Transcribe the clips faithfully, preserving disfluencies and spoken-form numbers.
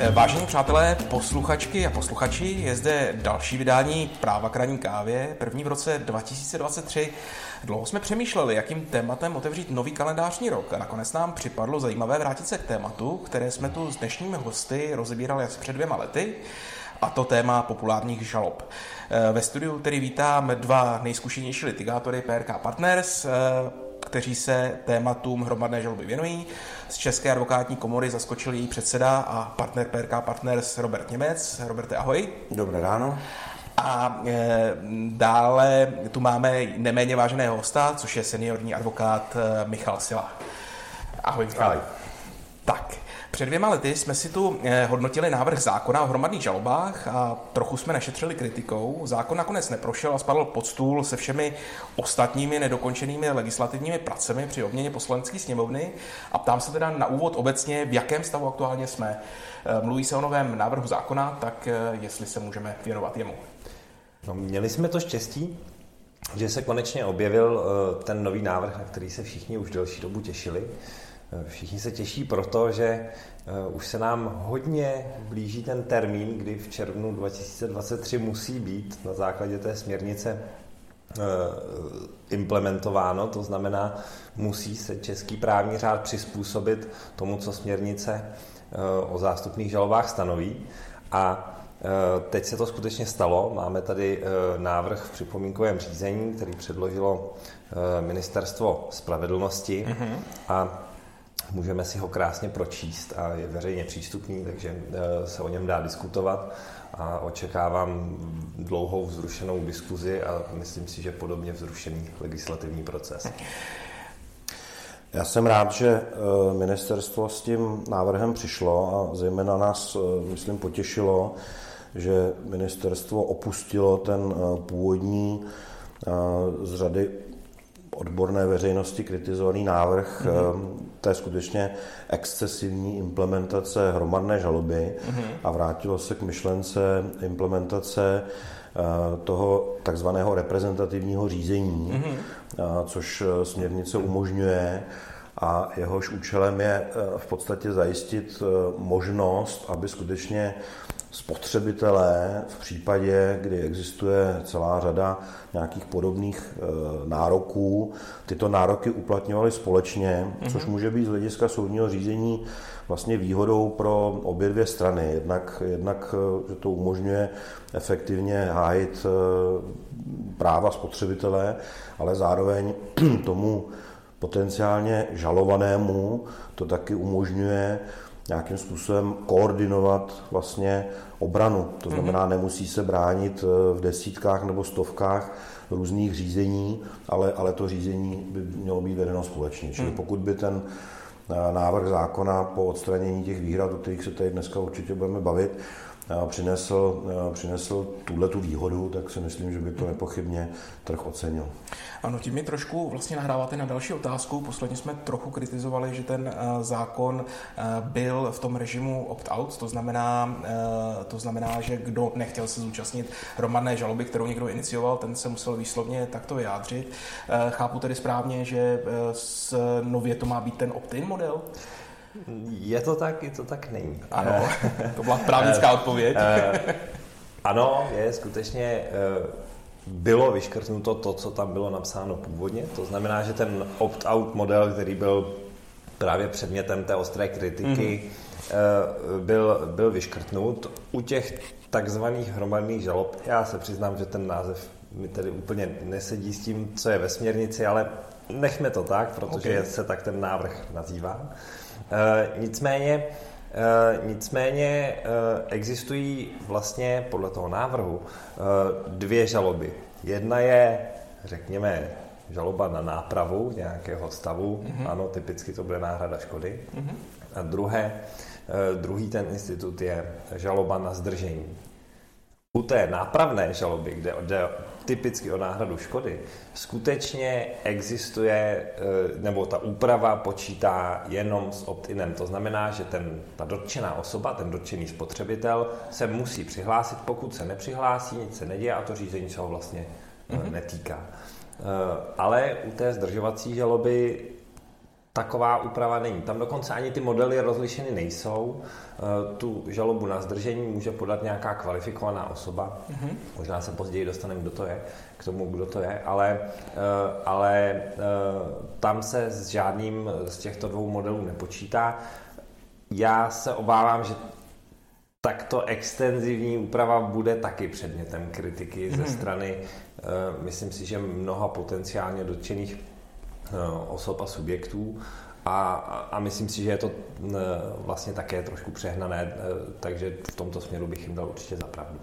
Vážení přátelé, posluchačky a posluchači, je zde další vydání Práva k ranní kávě, první v roce dva tisíce dvacet tři. Dlouho jsme přemýšleli, jakým tématem otevřít nový kalendářní rok a nakonec nám připadlo zajímavé vrátit se k tématu, které jsme tu s dnešními hosty rozebírali asi před dvěma lety, a to téma populárních žalob. Ve studiu tedy vítám dva nejzkušenější litigátory P R K Partners, kteří se tématům hromadné žaloby věnují. Z České advokátní komory zaskočil její předseda a partner P R K Partners Robert Němec. Roberte, ahoj. Dobré ráno. A e, dále tu máme neméně váženého hosta, což je seniorní advokát e, Michal Sila. Ahoj, Michal. Ahoj. Tak, před dvěma lety jsme si tu e, hodnotili návrh zákona o hromadných žalobách a trochu jsme našetřili kritikou. Zákon nakonec neprošel a spadl pod stůl se všemi ostatními nedokončenými legislativními pracemi při obměně poslanecké sněmovny. A ptám se teda na úvod obecně, v jakém stavu aktuálně jsme. E, mluví se o novém návrhu zákona, tak e, jestli se můžeme věnovat jemu. No, měli jsme to štěstí, že se konečně objevil ten nový návrh, na který se všichni už delší dobu těšili. Všichni se těší proto, že už se nám hodně blíží ten termín, kdy v červnu dva tisíce dvacet tři musí být na základě té směrnice implementováno, to znamená, musí se český právní řád přizpůsobit tomu, co směrnice o zástupných žalobách stanoví. A teď se to skutečně stalo. Máme tady návrh v připomínkovém řízení, který předložilo Ministerstvo spravedlnosti mm-hmm. a můžeme si ho krásně pročíst a je veřejně přístupný, takže se o něm dá diskutovat a očekávám dlouhou vzrušenou diskuzi a myslím si, že podobně vzrušený legislativní proces. Já jsem rád, že ministerstvo s tím návrhem přišlo a zejména nás, myslím, potěšilo, že ministerstvo opustilo ten původní z řady odborné veřejnosti kritizovaný návrh mm-hmm. té skutečně excesivní implementace hromadné žaloby mm-hmm. a vrátilo se k myšlence implementace toho takzvaného reprezentativního řízení, mm-hmm. což směrnice umožňuje a jehož účelem je v podstatě zajistit možnost, aby skutečně spotřebitelé v případě, kdy existuje celá řada nějakých podobných e, nároků, tyto nároky uplatňovali společně, mm-hmm. což může být z hlediska soudního řízení vlastně výhodou pro obě dvě strany. Jednak, jednak že to umožňuje efektivně hájit e, práva spotřebitele, ale zároveň tomu potenciálně žalovanému to taky umožňuje nějakým způsobem koordinovat vlastně obranu. To znamená, nemusí se bránit v desítkách nebo stovkách různých řízení, ale, ale to řízení by mělo být vedeno společně. Čili pokud by ten návrh zákona po odstranění těch výhrad, o kterých se tady dneska určitě budeme bavit, přinesl, přinesl tuhletu výhodu, tak si myslím, že by to nepochybně trh ocenil. Ano, tím mi trošku vlastně nahráváte na další otázku. Posledně jsme trochu kritizovali, že ten zákon byl v tom režimu opt-out, to znamená, to znamená, že kdo nechtěl se zúčastnit hromadné žaloby, kterou někdo inicioval, ten se musel výslovně takto vyjádřit. Chápu tedy správně, že nově to má být ten opt-in model? Je to tak, je to tak není. Ano, to byla právnická odpověď. Ano, je skutečně, bylo vyškrtnuto to, co tam bylo napsáno původně. To znamená, že ten opt-out model, který byl právě předmětem té ostré kritiky, mm-hmm. byl, byl vyškrtnut. U těch takzvaných hromadných žalob, já se přiznám, že ten název mi tedy úplně nesedí s tím, co je ve směrnici, ale nechme to tak, protože okay. se tak ten návrh nazývá. E, nicméně, e, nicméně e, existují vlastně podle toho návrhu e, dvě žaloby. Jedna je, řekněme, žaloba na nápravu nějakého stavu, mm-hmm. ano, typicky to bude náhrada škody. Mm-hmm. A druhé, e, druhý ten institut je žaloba na zdržení. U té nápravné žaloby, kde jde typicky o náhradu škody, skutečně existuje, nebo ta úprava počítá jenom s opt-inem. To znamená, že ten, ta dotčená osoba, ten dotčený spotřebitel se musí přihlásit. Pokud se nepřihlásí, nic se neděje a to řízení se ho vlastně mm-hmm. netýká. Ale u té zdržovací žaloby Taková úprava není. Tam dokonce ani ty modely rozlišeny nejsou. Tu žalobu na zdržení může podat nějaká kvalifikovaná osoba. Mm-hmm. Možná se později dostaneme, kdo to je, k tomu, kdo to je, ale, ale tam se s žádným z těchto dvou modelů nepočítá. Já se obávám, že takto extenzivní úprava bude taky předmětem kritiky ze strany, myslím si, že mnoha potenciálně dotčených osob a subjektů a, a myslím si, že je to vlastně také trošku přehnané, takže v tomto směru bych jim dal určitě za pravdu.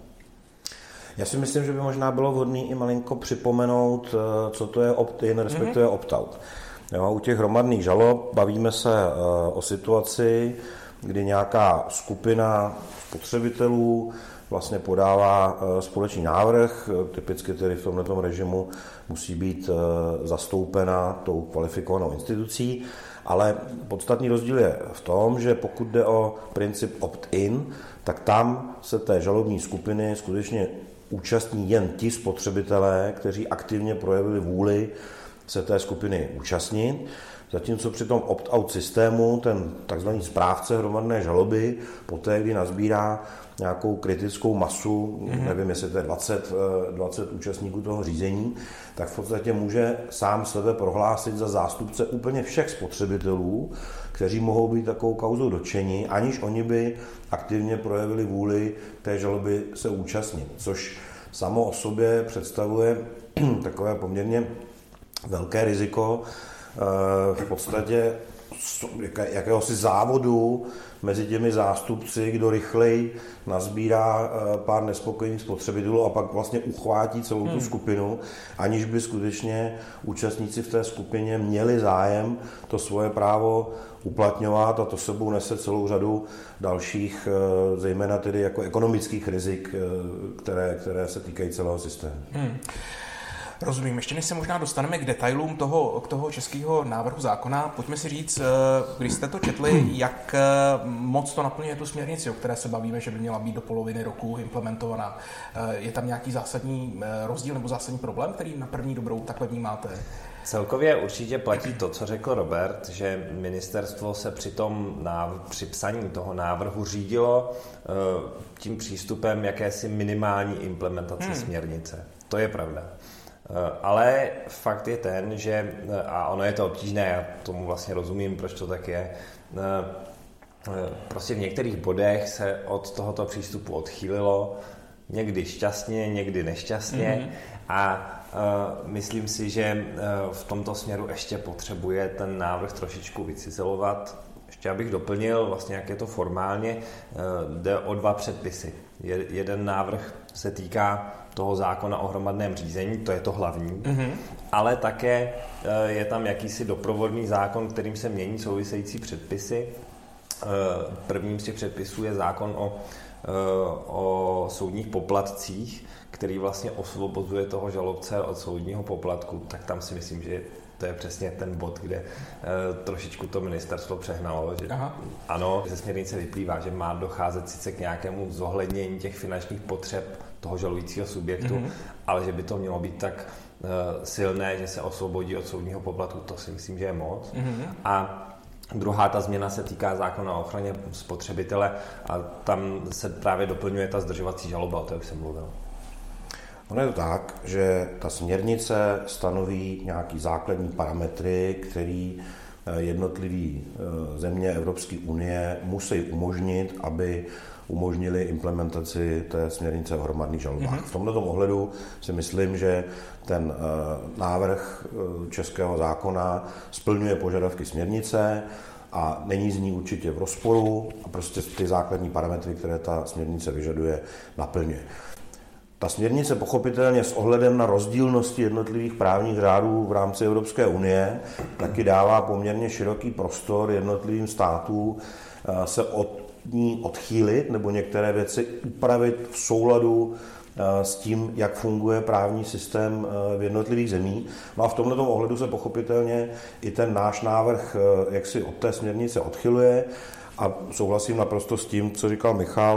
Já si myslím, že by možná bylo vhodné i malinko připomenout, co to je opt-in, respektive opt-out. Jo, u těch hromadných žalob bavíme se o situaci, kdy nějaká skupina spotřebitelů vlastně podává společný návrh, typicky tedy v tomto režimu musí být zastoupena tou kvalifikovanou institucí, ale podstatný rozdíl je v tom, že pokud jde o princip opt-in, tak tam se té žalobní skupiny skutečně účastní jen ti spotřebitelé, kteří aktivně projevili vůli se té skupiny účastnit. Zatímco při tom opt-out systému ten takzvaný správce hromadné žaloby poté, kdy nazbírá nějakou kritickou masu, mm-hmm. nevím, jestli to je dvacet, dvacet účastníků toho řízení, tak v podstatě může sám sebe prohlásit za zástupce úplně všech spotřebitelů, kteří mohou být takovou kauzou dotčeni, aniž oni by aktivně projevili vůli té žaloby se účastnit, což samo o sobě představuje takové poměrně velké riziko v podstatě jakéhosi závodu mezi těmi zástupci, kdo rychleji nazbírá pár nespokojených spotřebitelů a pak vlastně uchvátí celou tu hmm. skupinu, aniž by skutečně účastníci v té skupině měli zájem to svoje právo uplatňovat, a to sebou nese celou řadu dalších, zejména tedy jako ekonomických rizik, které, které se týkají celého systému. Hmm. Rozumím. Ještě než se možná dostaneme k detailům toho, k toho českého návrhu zákona, pojďme si říct, když jste to četli, jak moc to naplňuje tu směrnici, o které se bavíme, že by měla být do poloviny roku implementovaná. Je tam nějaký zásadní rozdíl nebo zásadní problém, který na první dobrou takhle vnímáte? Celkově určitě platí to, co řekl Robert, že ministerstvo se při tom návr- při psaní toho návrhu řídilo uh, tím přístupem jakési minimální implementace hmm. směrnice. To je pravda. Ale fakt je ten, že, a ono je to obtížné, já tomu vlastně rozumím, proč to tak je, prostě v některých bodech se od tohoto přístupu odchýlilo, někdy šťastně, někdy nešťastně mm-hmm. a uh, myslím si, že uh, v tomto směru ještě potřebuje ten návrh trošičku vycizelovat. Ještě abych doplnil, vlastně jak je to formálně, uh, jde o dva předpisy. Je, jeden návrh se týká toho zákona o hromadném řízení, to je to hlavní, mm-hmm. ale také je tam jakýsi doprovodný zákon, kterým se mění související předpisy. Prvním z těch předpisů je zákon o, o soudních poplatcích, který vlastně osvobozuje toho žalobce od soudního poplatku, tak tam si myslím, že to je přesně ten bod, kde trošičku to ministerstvo přehnalo. Že ano, ze směrnice vyplývá, že má docházet sice k nějakému zohlednění těch finančních potřeb toho žalujícího subjektu, mm-hmm. ale že by to mělo být tak uh, silné, že se osvobodí od soudního poplatku, to si myslím, že je moc. Mm-hmm. A druhá ta změna se týká zákona o ochraně spotřebitele a tam se právě doplňuje ta zdržovací žaloba, o té už jsem mluvil. Ono je to tak, že ta směrnice stanoví nějaký základní parametry, který jednotlivé země Evropské unie musí umožnit, aby umožnili implementaci té směrnice o hromadných žalobách. Mm-hmm. V tomto ohledu si myslím, že ten návrh českého zákona splňuje požadavky směrnice a není z ní určitě v rozporu a prostě ty základní parametry, které ta směrnice vyžaduje, naplňuje. Ta směrnice pochopitelně s ohledem na rozdílnosti jednotlivých právních řádů v rámci Evropské unie taky dává poměrně široký prostor jednotlivým státům se od ní odchýlit nebo některé věci upravit v souladu s tím, jak funguje právní systém v jednotlivých zemích. No a v tomto ohledu se pochopitelně i ten náš návrh jak si od té směrnice odchyluje a souhlasím naprosto s tím, co říkal Michal,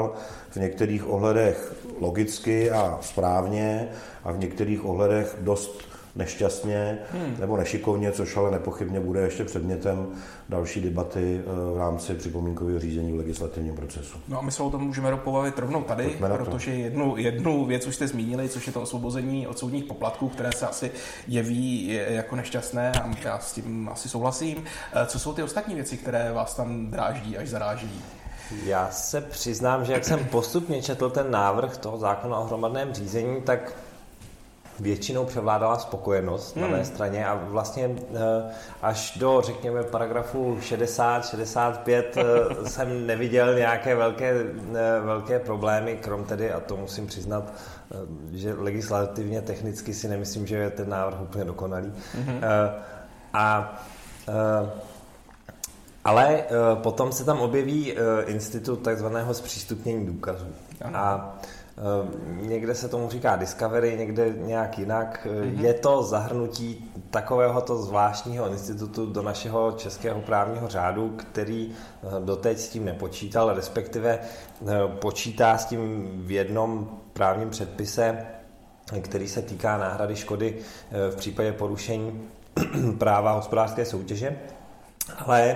v některých ohledech logicky a správně a v některých ohledech dost nešťastně hmm. nebo nešikovně, což ale nepochybně bude ještě předmětem další debaty v rámci připomínkového řízení v legislativním procesu. No a my se o tom můžeme pobavit rovnou tady, protože jednu, jednu věc už jste zmínili, což je to osvobození od soudních poplatků, které se asi jeví jako nešťastné a já s tím asi souhlasím. Co jsou ty ostatní věci, které vás tam dráždí až zaráží? Já se přiznám, že jak jsem postupně četl ten návrh toho zákona o hromadném řízení, tak většinou převládala spokojenost hmm. na mé straně a vlastně až do, řekněme, paragrafu šedesát šedesát pět jsem neviděl nějaké velké, velké problémy, krom tedy, a to musím přiznat, že legislativně technicky si nemyslím, že je ten návrh úplně dokonalý. Hmm. A, ale potom se tam objeví institut takzvaného zpřístupnění důkazů. Ano. A někde se tomu říká discovery, někde nějak jinak. Mm-hmm. Je to zahrnutí takovéhoto zvláštního institutu do našeho českého právního řádu, který doteď s tím nepočítal, respektive počítá s tím v jednom právním předpise, který se týká náhrady škody v případě porušení práva hospodářské soutěže. Ale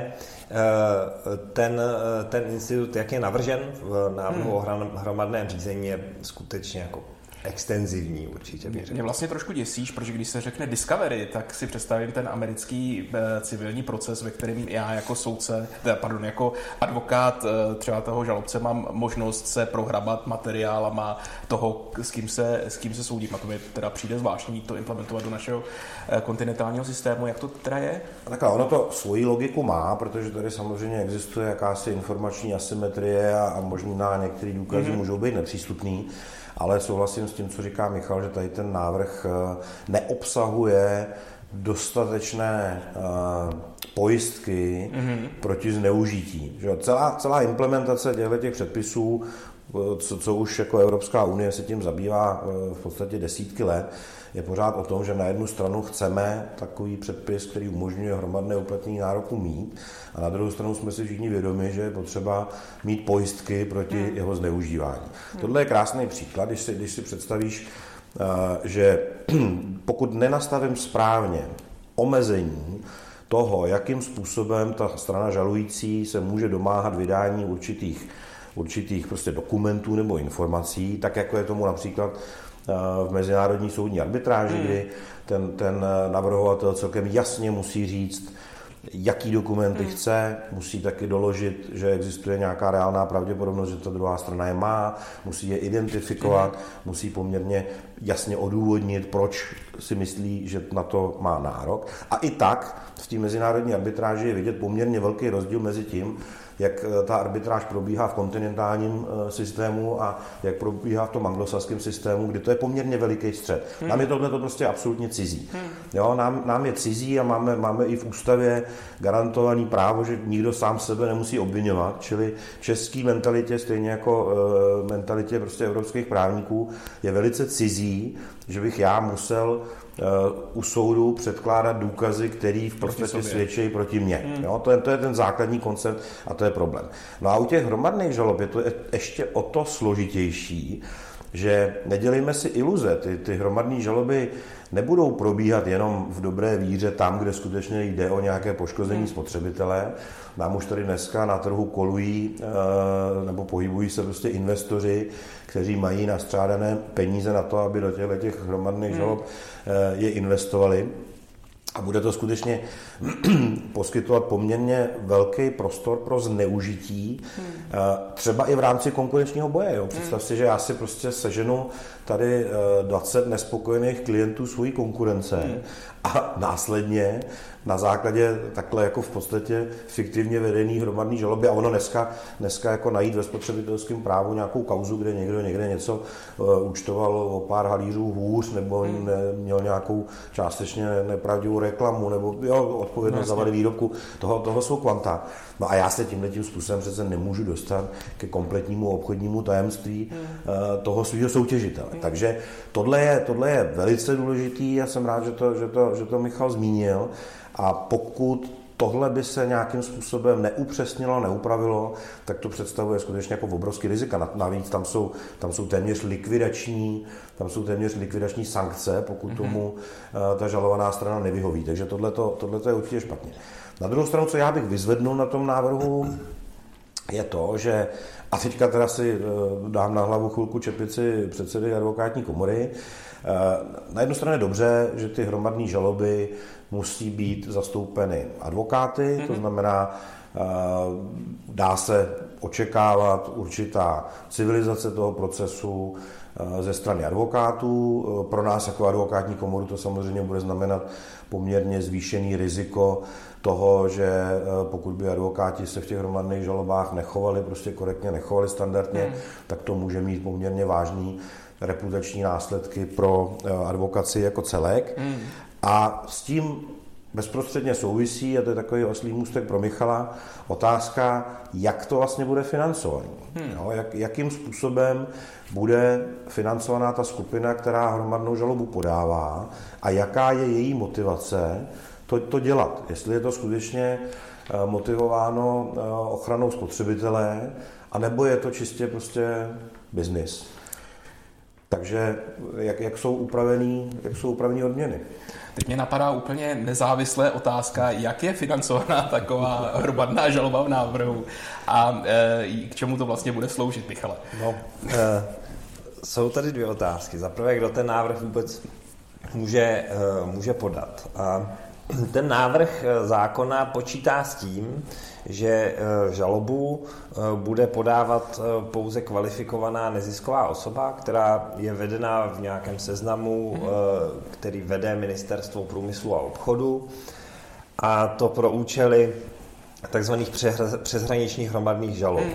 ten, ten institut, jak je navržen v návrhu hmm. o hromadném řízení, je skutečně jako extenzivní určitě. Mě vlastně trošku děsíš, protože když se řekne discovery, tak si představím ten americký e, civilní proces, ve kterém já jako soudce, pardon, jako advokát e, třeba toho žalobce mám možnost se prohrabat materiálama toho, s kým se, s kým se soudím. A to mi teda přijde zvláštní to implementovat do našeho e, kontinentálního systému. Jak to teda je? Takhle, ono to svoji logiku má, protože tady samozřejmě existuje jakási informační asymetrie a, a možná některé důkazy mm-hmm. můžou být nepřístupný. Ale souhlasím s tím, co říká Michal, že tady ten návrh neobsahuje dostatečné pojistky mm-hmm. proti zneužití. Že celá, celá implementace těch předpisů, co, co už jako Evropská unie se tím zabývá v podstatě desítky let, je pořád o tom, že na jednu stranu chceme takový předpis, který umožňuje hromadné uplatnění nároku mít, a na druhou stranu jsme si všichni vědomi, že je potřeba mít pojistky proti hmm. jeho zneužívání. Hmm. Tohle je krásný příklad, když si, když si představíš, že pokud nenastavím správně omezení toho, jakým způsobem ta strana žalující se může domáhat vydání určitých, určitých prostě dokumentů nebo informací, tak jako je tomu například v mezinárodní soudní arbitráži, hmm. kdy ten, ten navrhovatel celkem jasně musí říct, jaký dokumenty hmm. chce, musí taky doložit, že existuje nějaká reálná pravděpodobnost, že ta druhá strana je má, musí je identifikovat, hmm. musí poměrně jasně odůvodnit, proč si myslí, že na to má nárok. A i tak v té mezinárodní arbitráži je vidět poměrně velký rozdíl mezi tím, jak ta arbitráž probíhá v kontinentálním systému a jak probíhá v tom anglosaském systému, kdy to je poměrně veliký střed. Hmm. Nám je tohle to prostě absolutně cizí. Hmm. Jo, nám, nám je cizí a máme, máme i v ústavě garantovaný právo, že nikdo sám sebe nemusí obviňovat, čili český mentalitě, stejně jako e, mentalitě prostě evropských právníků, je velice cizí, že bych já musel u soudu předkládat důkazy, které v podstatě svědčí proti mně. Hmm. Jo, to, je, to je ten základní koncept a to je problém. No a u těch hromadných žalob je to ještě o to složitější, že nedělejme si iluze. Ty, ty hromadné žaloby nebudou probíhat jenom v dobré víře tam, kde skutečně jde o nějaké poškození hmm. spotřebitele. Nám už tady dneska na trhu kolují nebo pohybují se prostě investoři, kteří mají nastřádané peníze na to, aby do těchto těch hromadných hmm. žalob je investovali. A bude to skutečně poskytovat poměrně velký prostor pro zneužití, hmm. třeba i v rámci konkurenčního boje. Jo. Představ hmm. si, že já si prostě seženu tady dvacet nespokojených klientů svojí konkurence hmm. a následně na základě takhle jako v podstatě fiktivně vedený hromadný žaloby, a ono dneska, dneska jako najít ve spotřebitelském právu nějakou kauzu, kde někdo někde něco uh, účtoval o pár halířů hůř, nebo hmm. ne, měl nějakou částečně nepravdivou reklamu, nebo jo, odpovědnost za vady výrobku, toho, toho jsou kvanta. No a já se tímhletím způsobem přece nemůžu dostat ke kompletnímu obchodnímu tajemství hmm. uh, toho svého soutěžitele. Hmm. Takže tohle je, tohle je velice důležitý, já jsem rád, že to, že to, že to Michal zmínil. A pokud tohle by se nějakým způsobem neupřesnilo, neupravilo, tak to představuje skutečně jako obrovský rizika. Navíc tam jsou, tam jsou téměř likvidační, tam jsou téměř likvidační sankce, pokud mm-hmm. tomu uh, ta žalovaná strana nevyhoví. Takže tohleto, tohleto je určitě špatně. Na druhou stranu, co já bych vyzvednul na tom návrhu, je to, že, a teďka teda si uh, dám na hlavu chvilku čepici předsedy advokátní komory, uh, na jednu stranu je dobře, že ty hromadné žaloby musí být zastoupeny advokáty, mm-hmm. to znamená, dá se očekávat určitá civilizace toho procesu ze strany advokátů. Pro nás jako advokátní komoru to samozřejmě bude znamenat poměrně zvýšený riziko toho, že pokud by advokáti se v těch hromadných žalobách nechovali, prostě korektně nechovali standardně, mm. tak to může mít poměrně vážný reputační následky pro advokaci jako celek. Mm. A s tím bezprostředně souvisí, a to je takový oslý můstek pro Michala, otázka, jak to vlastně bude financované. Hmm. No, jak, jakým způsobem bude financovaná ta skupina, která hromadnou žalobu podává a jaká je její motivace to, to dělat. Jestli je to skutečně motivováno ochranou spotřebitele, anebo je to čistě prostě biznis. Takže jak, jak jsou upravený, jak jsou upravený odměny? Teď mě napadá úplně nezávislé otázka, jak je financovaná taková hromadná žaloba v návrhu a e, k čemu to vlastně bude sloužit, Michale? No, e, jsou tady dvě otázky. Za prvé, kdo ten návrh vůbec může, e, může podat. A ten návrh zákona počítá s tím, že žalobu bude podávat pouze kvalifikovaná nezisková osoba, která je vedena v nějakém seznamu, který vede Ministerstvo průmyslu a obchodu, a to pro účely takzvaných přeshraničních hromadných žalob.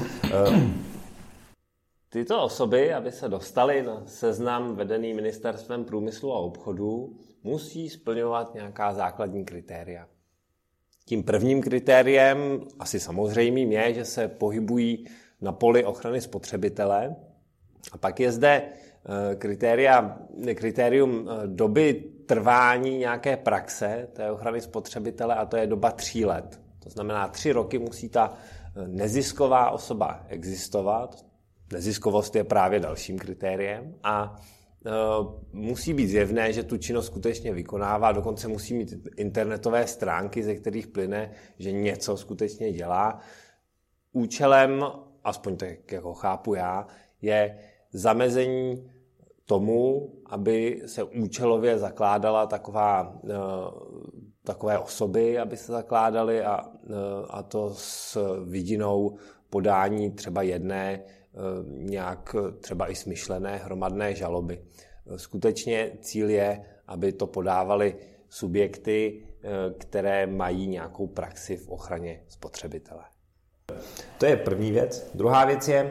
Tyto osoby, aby se dostaly na seznam vedený Ministerstvem průmyslu a obchodu, musí splňovat nějaká základní kritéria. Tím prvním kritériem, asi samozřejmým, je, že se pohybují na poli ochrany spotřebitele. A pak je zde kritéria, kritérium doby trvání nějaké praxe té ochrany spotřebitele, a to je doba tří let. To znamená, tři roky musí ta nezisková osoba existovat. Neziskovost je právě dalším kritériem a musí být zjevné, že tu činnost skutečně vykonává, dokonce musí mít internetové stránky, ze kterých plyne, že něco skutečně dělá. Účelem, aspoň tak, jak ho chápu já, je zamezení tomu, aby se účelově zakládala taková, takové osoby, aby se zakládaly, a, a to s vidinou podání třeba jedné nějak třeba i smyšlené hromadné žaloby. Skutečně cíl je, aby to podávaly subjekty, které mají nějakou praxi v ochraně spotřebitele. To je první věc. Druhá věc je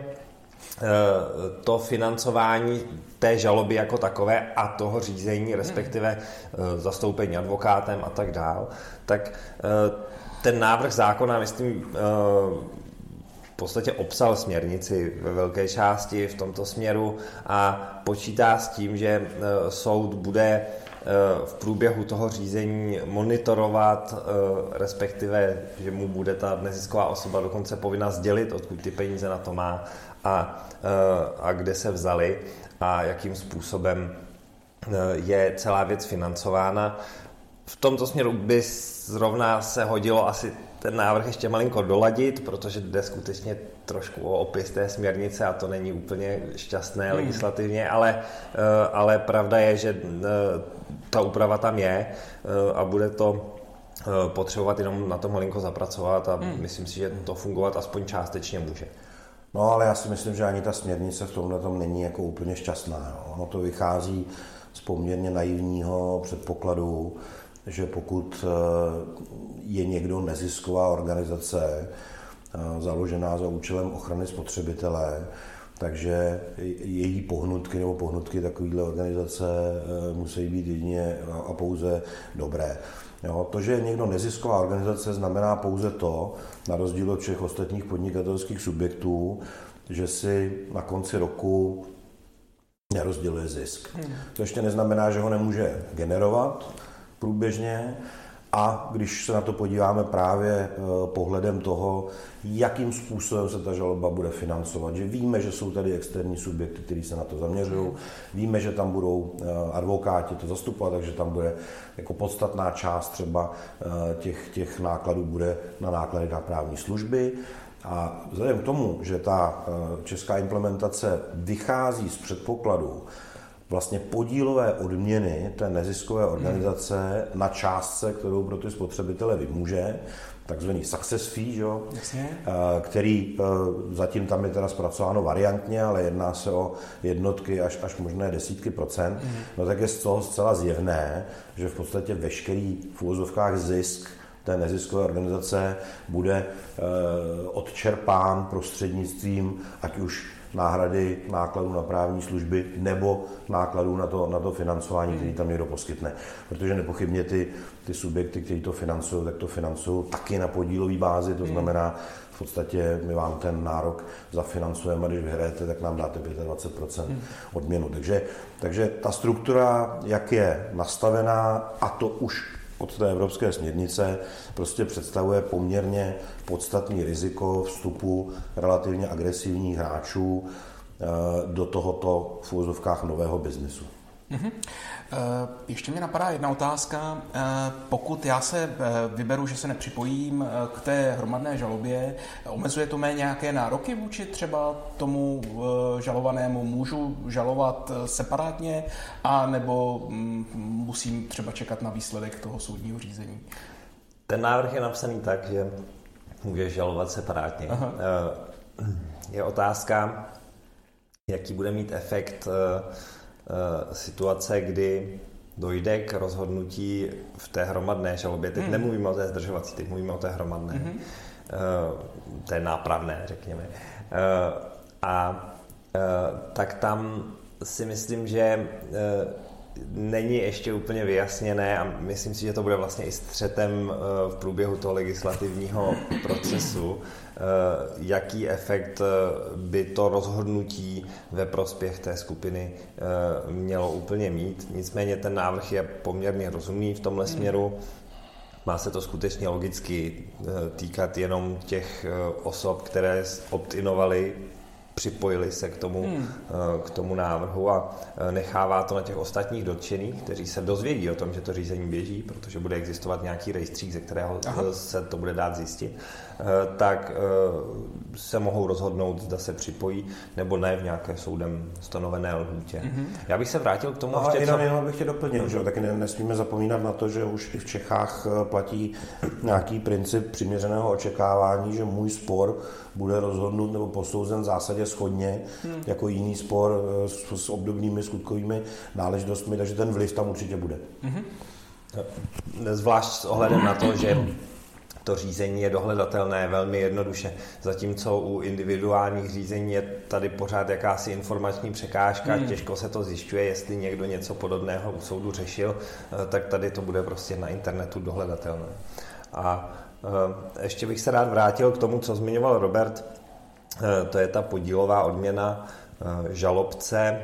to financování té žaloby jako takové a toho řízení, respektive zastoupení advokátem a tak dál. Tak ten návrh zákona, myslím, v podstatě obsal směrnici ve velké části v tomto směru a počítá s tím, že soud bude v průběhu toho řízení monitorovat, respektive, že mu bude ta nezisková osoba dokonce povinna sdělit, odkud ty peníze na to má a, a kde se vzaly a jakým způsobem je celá věc financována. V tomto směru by zrovna se hodilo asi ten návrh ještě malinko doladit, protože jde skutečně trošku o opis té směrnice a to není úplně šťastné hmm. legislativně, ale, ale pravda je, že ta úprava tam je a bude to potřebovat jenom na to malinko zapracovat a hmm. myslím si, že to fungovat aspoň částečně může. No, ale já si myslím, že ani ta směrnice v tomhle tom není jako úplně šťastná. Jo. Ono to vychází z poměrně naivního předpokladu, že pokud je někdo nezisková organizace založená za účelem ochrany spotřebitele, takže její pohnutky nebo pohnutky takovéhle organizace musí být jedině a pouze dobré. Jo, to, že je někdo nezisková organizace, znamená pouze to, na rozdíl od všech ostatních podnikatelských subjektů, že si na konci roku nerozděluje zisk. Hmm. To ještě neznamená, že ho nemůže generovat průběžně, A když se na to podíváme právě pohledem toho, jakým způsobem se ta žaloba bude financovat, že víme, že jsou tady externí subjekty, kteří se na to zaměřují, víme, že tam budou advokáti to zastupovat, takže tam bude jako podstatná část třeba těch, těch nákladů bude na náklady na právní služby. A vzhledem k tomu, že ta česká implementace vychází z předpokladu vlastně podílové odměny té neziskové organizace hmm. na částce, kterou pro ty spotřebitele vymůže, takzvaný success fee, že? Který zatím tam je teda zpracováno variantně, ale jedná se o jednotky až, až možné desítky procent, hmm. no tak je z toho zcela zjevné, že v podstatě veškerý v uvozovkách zisk té neziskové organizace bude odčerpán prostřednictvím ať už náhrady nákladů na právní služby nebo nákladů na to, na to financování, který tam někdo poskytne. Protože nepochybně ty, ty subjekty, kteří to financují, tak to financují taky na podílové bázi, to znamená, v podstatě my vám ten nárok zafinancujeme a když vyhrajete, tak nám dáte dvacet pět procent odměnu. Takže, takže ta struktura, jak je nastavená, a to už od té evropské směrnice, prostě představuje poměrně podstatný riziko vstupu relativně agresivních hráčů do tohoto v úvozovkách nového biznesu. Mm-hmm. Ještě mě napadá jedna otázka. Pokud já se vyberu, že se nepřipojím k té hromadné žalobě, omezuje to mé nějaké nároky vůči třeba tomu žalovanému? Můžu žalovat separátně, a nebo musím třeba čekat na výsledek toho soudního řízení? Ten návrh je napsaný tak, že můžeš žalovat separátně. Aha. Je otázka, jaký bude mít efekt situace, kdy dojde k rozhodnutí v té hromadné žalobě. Teď hmm. nemluvíme o té zdržovací, teď mluvíme o té hromadné. Hmm. Té nápravné, řekněme. A tak tam si myslím, že není ještě úplně vyjasněné a myslím si, že to bude vlastně i střetem v průběhu toho legislativního procesu, jaký efekt by to rozhodnutí ve prospěch té skupiny mělo úplně mít. Nicméně ten návrh je poměrně rozumný v tomhle směru. Má se to skutečně logicky týkat jenom těch osob, které opt-inovaly, připojili se k tomu, hmm. k tomu návrhu a nechává to na těch ostatních dotčených, kteří se dozvědí o tom, že to řízení běží, protože bude existovat nějaký rejstřík, ze kterého Aha. se to bude dát zjistit, tak se mohou rozhodnout, zda se připojí nebo ne v nějaké soudem stanovené lhůtě. Hmm. Já bych se vrátil k tomu, no, ještě, jenom, co... jenom bych tě doplnil, že taky nesmíme zapomínat na to, že už i v Čechách platí nějaký princip přiměřeného očekávání, že můj spor bude rozhodnut nebo posouzen v zásadě shodně, hmm. jako jiný spor s, s obdobnými skutkovými náležitostmi, takže ten vliv tam určitě bude. Hmm. Zvlášť s ohledem na to, že to řízení je dohledatelné velmi jednoduše, zatímco u individuálních řízení je tady pořád jakási informační překážka, hmm. těžko se to zjišťuje, jestli někdo něco podobného u soudu řešil, tak tady to bude prostě na internetu dohledatelné. A ještě bych se rád vrátil k tomu, co zmiňoval Robert, to je ta podílová odměna žalobce.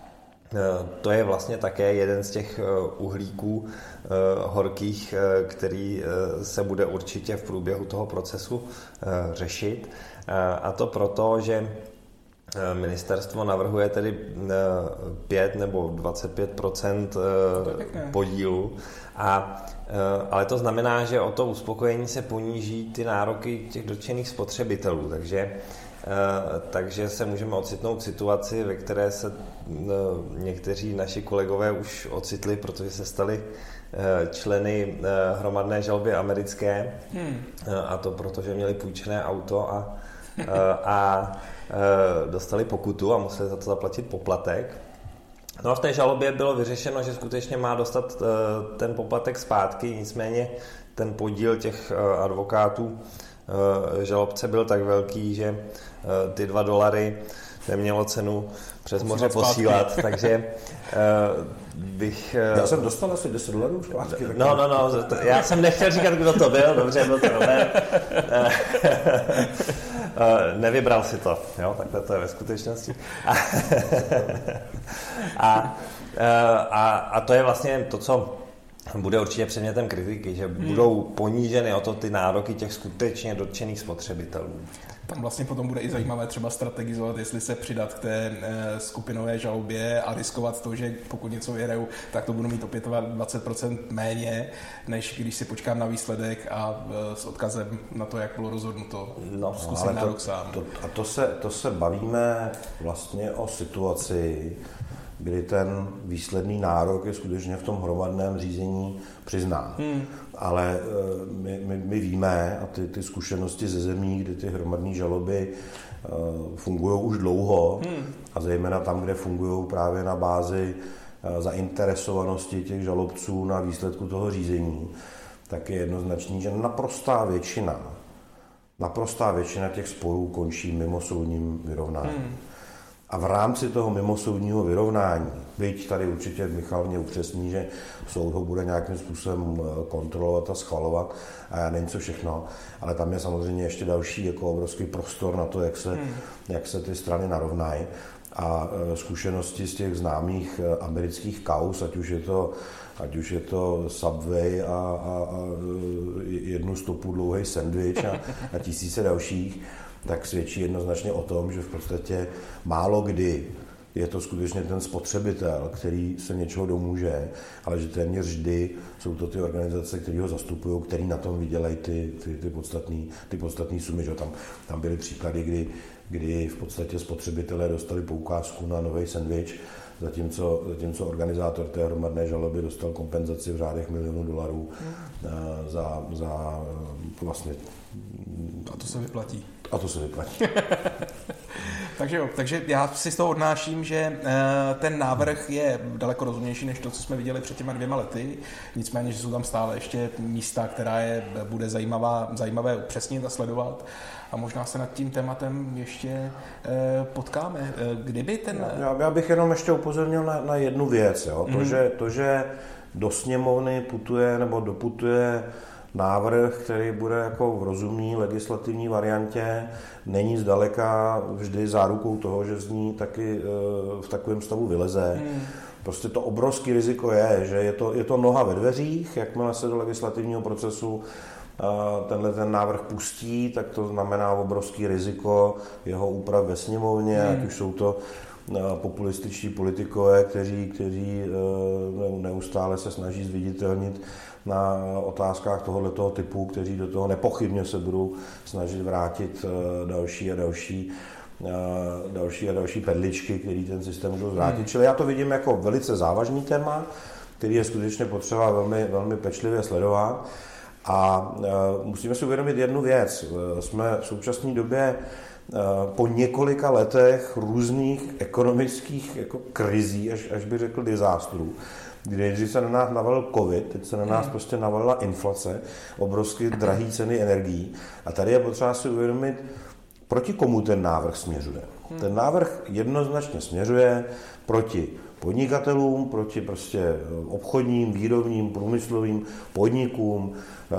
To je vlastně také jeden z těch uhlíků horkých, který se bude určitě v průběhu toho procesu řešit. A to proto, že ministerstvo navrhuje tedy pět nebo dvacet pět procent podílu, a, ale to znamená, že o to uspokojení se poníží ty nároky těch dotčených spotřebitelů, takže, takže se můžeme ocitnout v situaci, ve které se někteří naši kolegové už ocitli, protože se stali členy hromadné žaloby americké, hmm. a to proto, že měli půjčené auto a, a dostali pokutu a museli za to zaplatit poplatek. No a v té žalobě bylo vyřešeno, že skutečně má dostat ten poplatek zpátky, nicméně ten podíl těch advokátů žalobce byl tak velký, že ty dva dolary nemělo cenu přes moře posílat, takže bych... Já jsem dostal asi deset dolarů zpátky. No, no, no, já jsem nechtěl říkat, kdo to byl, dobře, byl to Robert. Nevybral si to, jo, takhle to je ve skutečnosti. A, a, a, a to je vlastně to, co bude určitě předmětem kritiky, že hmm. budou poníženy o to ty nároky těch skutečně dotčených spotřebitelů. Tam vlastně potom bude i zajímavé třeba strategizovat, jestli se přidat k té skupinové žalobě a riskovat to, že pokud něco vyhraju, tak to budu mít opět dvacet procent méně, než když si počkám na výsledek a s odkazem na to, jak bylo rozhodnuto. No, zkusím nárok sám. To, a to se, to se bavíme vlastně o situaci, kdy ten výsledný nárok je skutečně v tom hromadném řízení přiznán. Hmm. Ale my, my, my víme, a ty, ty zkušenosti ze zemí, kdy ty hromadné žaloby uh, fungují už dlouho, hmm. a zejména tam, kde fungují právě na bázi uh, zainteresovanosti těch žalobců na výsledku toho řízení, tak je jednoznačný, že naprostá většina, naprostá většina těch sporů končí mimosoudním vyrovnáním. Hmm. A v rámci toho mimosoudního vyrovnání, byť tady určitě Michal mě upřesní, že soud ho bude nějakým způsobem kontrolovat a schvalovat a já nevím co všechno, ale tam je samozřejmě ještě další jako obrovský prostor na to, jak se, hmm. jak se ty strany narovnají. A zkušenosti z těch známých amerických kauz, ať už je to, ať už je to Subway a, a, a jednu stopu dlouhý sendvič a, a tisíce dalších, tak svědčí jednoznačně o tom, že v podstatě málo kdy je to skutečně ten spotřebitel, který se něčeho domůže, ale že téměř vždy jsou to ty organizace, které ho zastupují, který na tom vydělají ty, ty, ty podstatné ty podstatný sumy. Že? Tam, tam byly příklady, kdy, kdy v podstatě spotřebitelé dostali poukázku na nový sendvič, zatímco, zatímco organizátor té hromadné žaloby dostal kompenzaci v řádech milionů dolarů hmm. za, za vlastně... A to se vyplatí. A to se vyplatí. takže jo, takže já si z toho odnáším, že ten návrh je daleko rozumnější než to, co jsme viděli před těma dvěma lety. Nicméně, že jsou tam stále ještě místa, která je bude zajímavá, zajímavé upřesnit a sledovat. A možná se nad tím tématem ještě potkáme. Kdyby ten... Já, já bych jenom ještě upozornil na, na jednu věc. Jo? To, mm. že, to, že do sněmovny putuje nebo doputuje návrh, který bude jako v rozumné legislativní variantě, není zdaleka vždy zárukou toho, že z ní taky v takovém stavu vyleze. Hmm. Prostě to obrovské riziko je, že je to, je to noha ve dveřích, jakmile se do legislativního procesu tenhle ten návrh pustí, tak to znamená obrovské riziko jeho úprav ve sněmovně, hmm. ať už jsou to populističtí politikové, kteří, kteří neustále se snaží zviditelnit na otázkách tohoto typu, kteří do toho nepochybně se budou snažit vrátit další a další, další a další perličky, který ten systém můžou zvrátit. Hmm. Čili já to vidím jako velice závažný téma, který je skutečně potřeba velmi, velmi pečlivě sledovat. A musíme si uvědomit jednu věc. Jsme v současné době po několika letech různých ekonomických jako krizí, až, až bych řekl dizástrů, kdy se na nás navalil covid, teď se na nás hmm. prostě navalila inflace, obrovské drahé ceny energií. A tady je potřeba si uvědomit, proti komu ten návrh směřuje. Hmm. Ten návrh jednoznačně směřuje proti podnikatelům, proti prostě obchodním, výrobním, průmyslovým podnikům,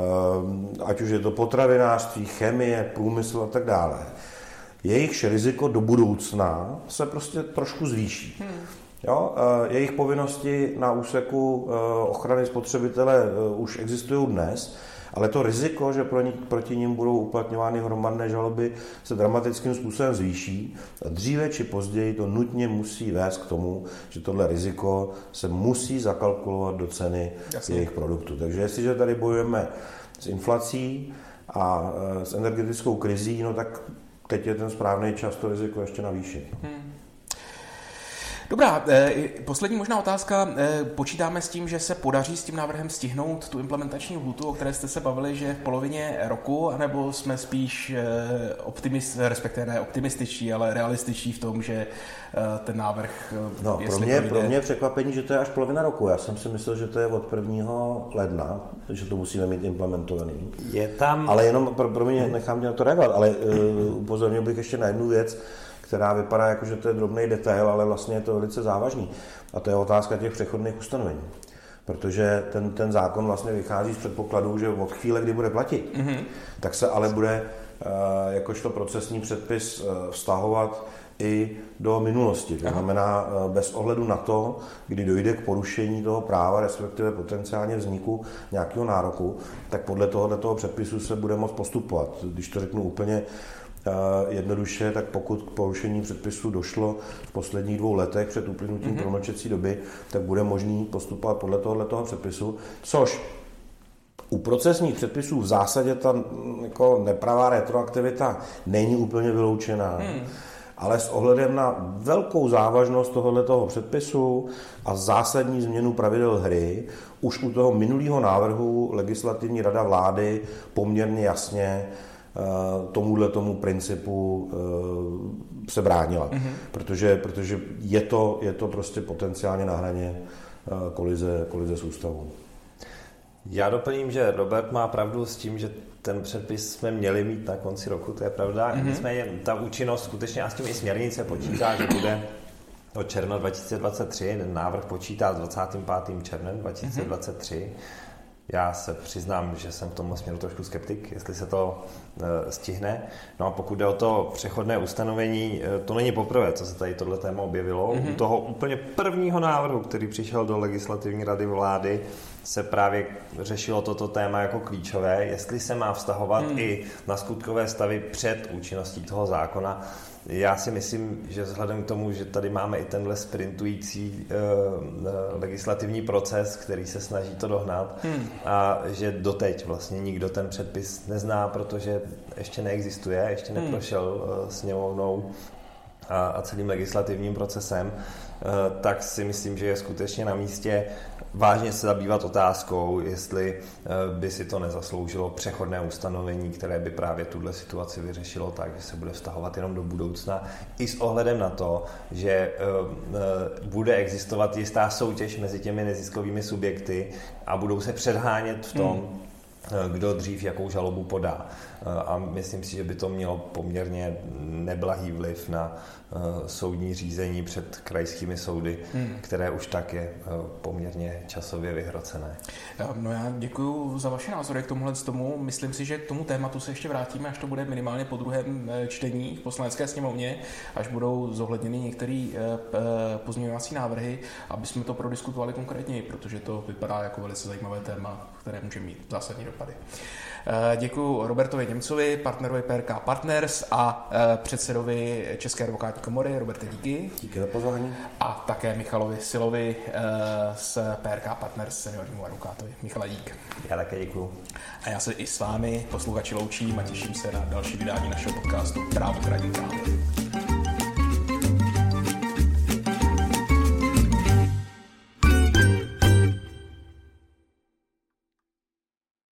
ať už je to potravinářství, chemie, průmysl a tak dále. Jejichž riziko do budoucna se prostě trošku zvýší. Hmm. Jo, jejich povinnosti na úseku ochrany spotřebitele už existují dnes, ale to riziko, že proti nim budou uplatňovány hromadné žaloby, se dramatickým způsobem zvýší. A dříve či později to nutně musí vést k tomu, že tohle riziko se musí zakalkulovat do ceny Jasně. jejich produktů. Takže jestliže tady bojujeme s inflací a s energetickou krizí, no tak teď je ten správný čas to riziko ještě navýšit. Hmm. Dobrá, poslední možná otázka. Počítáme s tím, že se podaří s tím návrhem stihnout tu implementační lhůtu, o které jste se bavili, že v polovině roku, anebo jsme spíš optimist, respektive ne optimističtí, ale realističtí v tom, že ten návrh, no, pro mě, projde... pro mě je překvapení, že to je až polovina roku. Já jsem si myslel, že to je od prvního ledna, že to musíme mít implementovaný. Je tam... Ale jenom, pro, pro mě nechám tě na to reagovat, ale uh, upozornil bych ještě na jednu věc, která vypadá jako, že to je drobný detail, ale vlastně je to velice závažný. A to je otázka těch přechodných ustanovení. Protože ten, ten zákon vlastně vychází z předpokladu, že od chvíle, kdy bude platit, mm-hmm. tak se ale bude uh, jakožto procesní předpis uh, vztahovat i do minulosti. To znamená, bez ohledu na to, kdy dojde k porušení toho práva, respektive potenciálně vzniku nějakého nároku, tak podle tohoto předpisu se bude moct postupovat. Když to řeknu úplně jednoduše, tak pokud k porušení předpisu došlo v posledních dvou letech před uplynutím mm-hmm. promlčecí doby, tak bude možný postupovat podle tohoto předpisu, což u procesních předpisů v zásadě ta jako nepravá retroaktivita není úplně vyloučená. Hmm. Ale s ohledem na velkou závažnost tohoto předpisu a zásadní změnu pravidel hry, už u toho minulého návrhu legislativní rada vlády poměrně jasně tomuhle tomu principu se bránila. Mm-hmm. Protože, protože je to, je to prostě potenciálně na hraně kolize, kolize s ústavou. Já doplním, že Robert má pravdu s tím, že ten předpis jsme měli mít na konci roku, to je pravda. Mm-hmm. Nicméně ta účinnost skutečně, a s tím i směrnice počítá, že bude od června dva tisíce dvacet tři, ten návrh počítá s dvacátým pátým červnem dva tisíce dvacet tři. Mm-hmm. Já se přiznám, že jsem v tomhle směru trošku skeptik, jestli se to e, stihne. No a pokud jde o to přechodné ustanovení, e, to není poprvé, co se tady tohle téma objevilo. Mm-hmm. U toho úplně prvního návrhu, který přišel do legislativní rady vlády, se právě řešilo toto téma jako klíčové, jestli se má vztahovat mm. i na skutkové stavy před účinností toho zákona. Já si myslím, že vzhledem k tomu, že tady máme i tenhle sprintující uh, legislativní proces, který se snaží to dohnat hmm. a že doteď vlastně nikdo ten předpis nezná, protože ještě neexistuje, ještě hmm. neprošel uh, sněmovnou a, a celým legislativním procesem, uh, tak si myslím, že je skutečně na místě vážně se zabývat otázkou, jestli by si to nezasloužilo přechodné ustanovení, které by právě tuhle situaci vyřešilo tak, že se bude vztahovat jenom do budoucna, i s ohledem na to, že bude existovat jistá soutěž mezi těmi neziskovými subjekty a budou se předhánět v tom, hmm. kdo dřív jakou žalobu podá. A myslím si, že by to mělo poměrně neblahý vliv na soudní řízení před krajskými soudy, hmm. které už tak je poměrně časově vyhrocené. No já děkuji za vaše názory k tomuhle tomu. Myslím si, že k tomu tématu se ještě vrátíme, až to bude minimálně po druhém čtení v Poslanecké sněmovně, až budou zohledněny některé pozměňovací návrhy, aby jsme to prodiskutovali konkrétně, protože to vypadá jako velice zajímavé téma, které může mít zásadní dopady. Děkuji Robertovi Němcovi, partnerovi P R K Partners a předsedovi České advokátní komory. Roberte, díky. Díky za pozvání. A také Michalovi Silovi z P R K Partners, seniornímu advokátovi. Michale, dík. Já také děkuji. A já se i s vámi, posluchači, loučím a těším se na další vydání našeho podcastu Právo k radní kávě.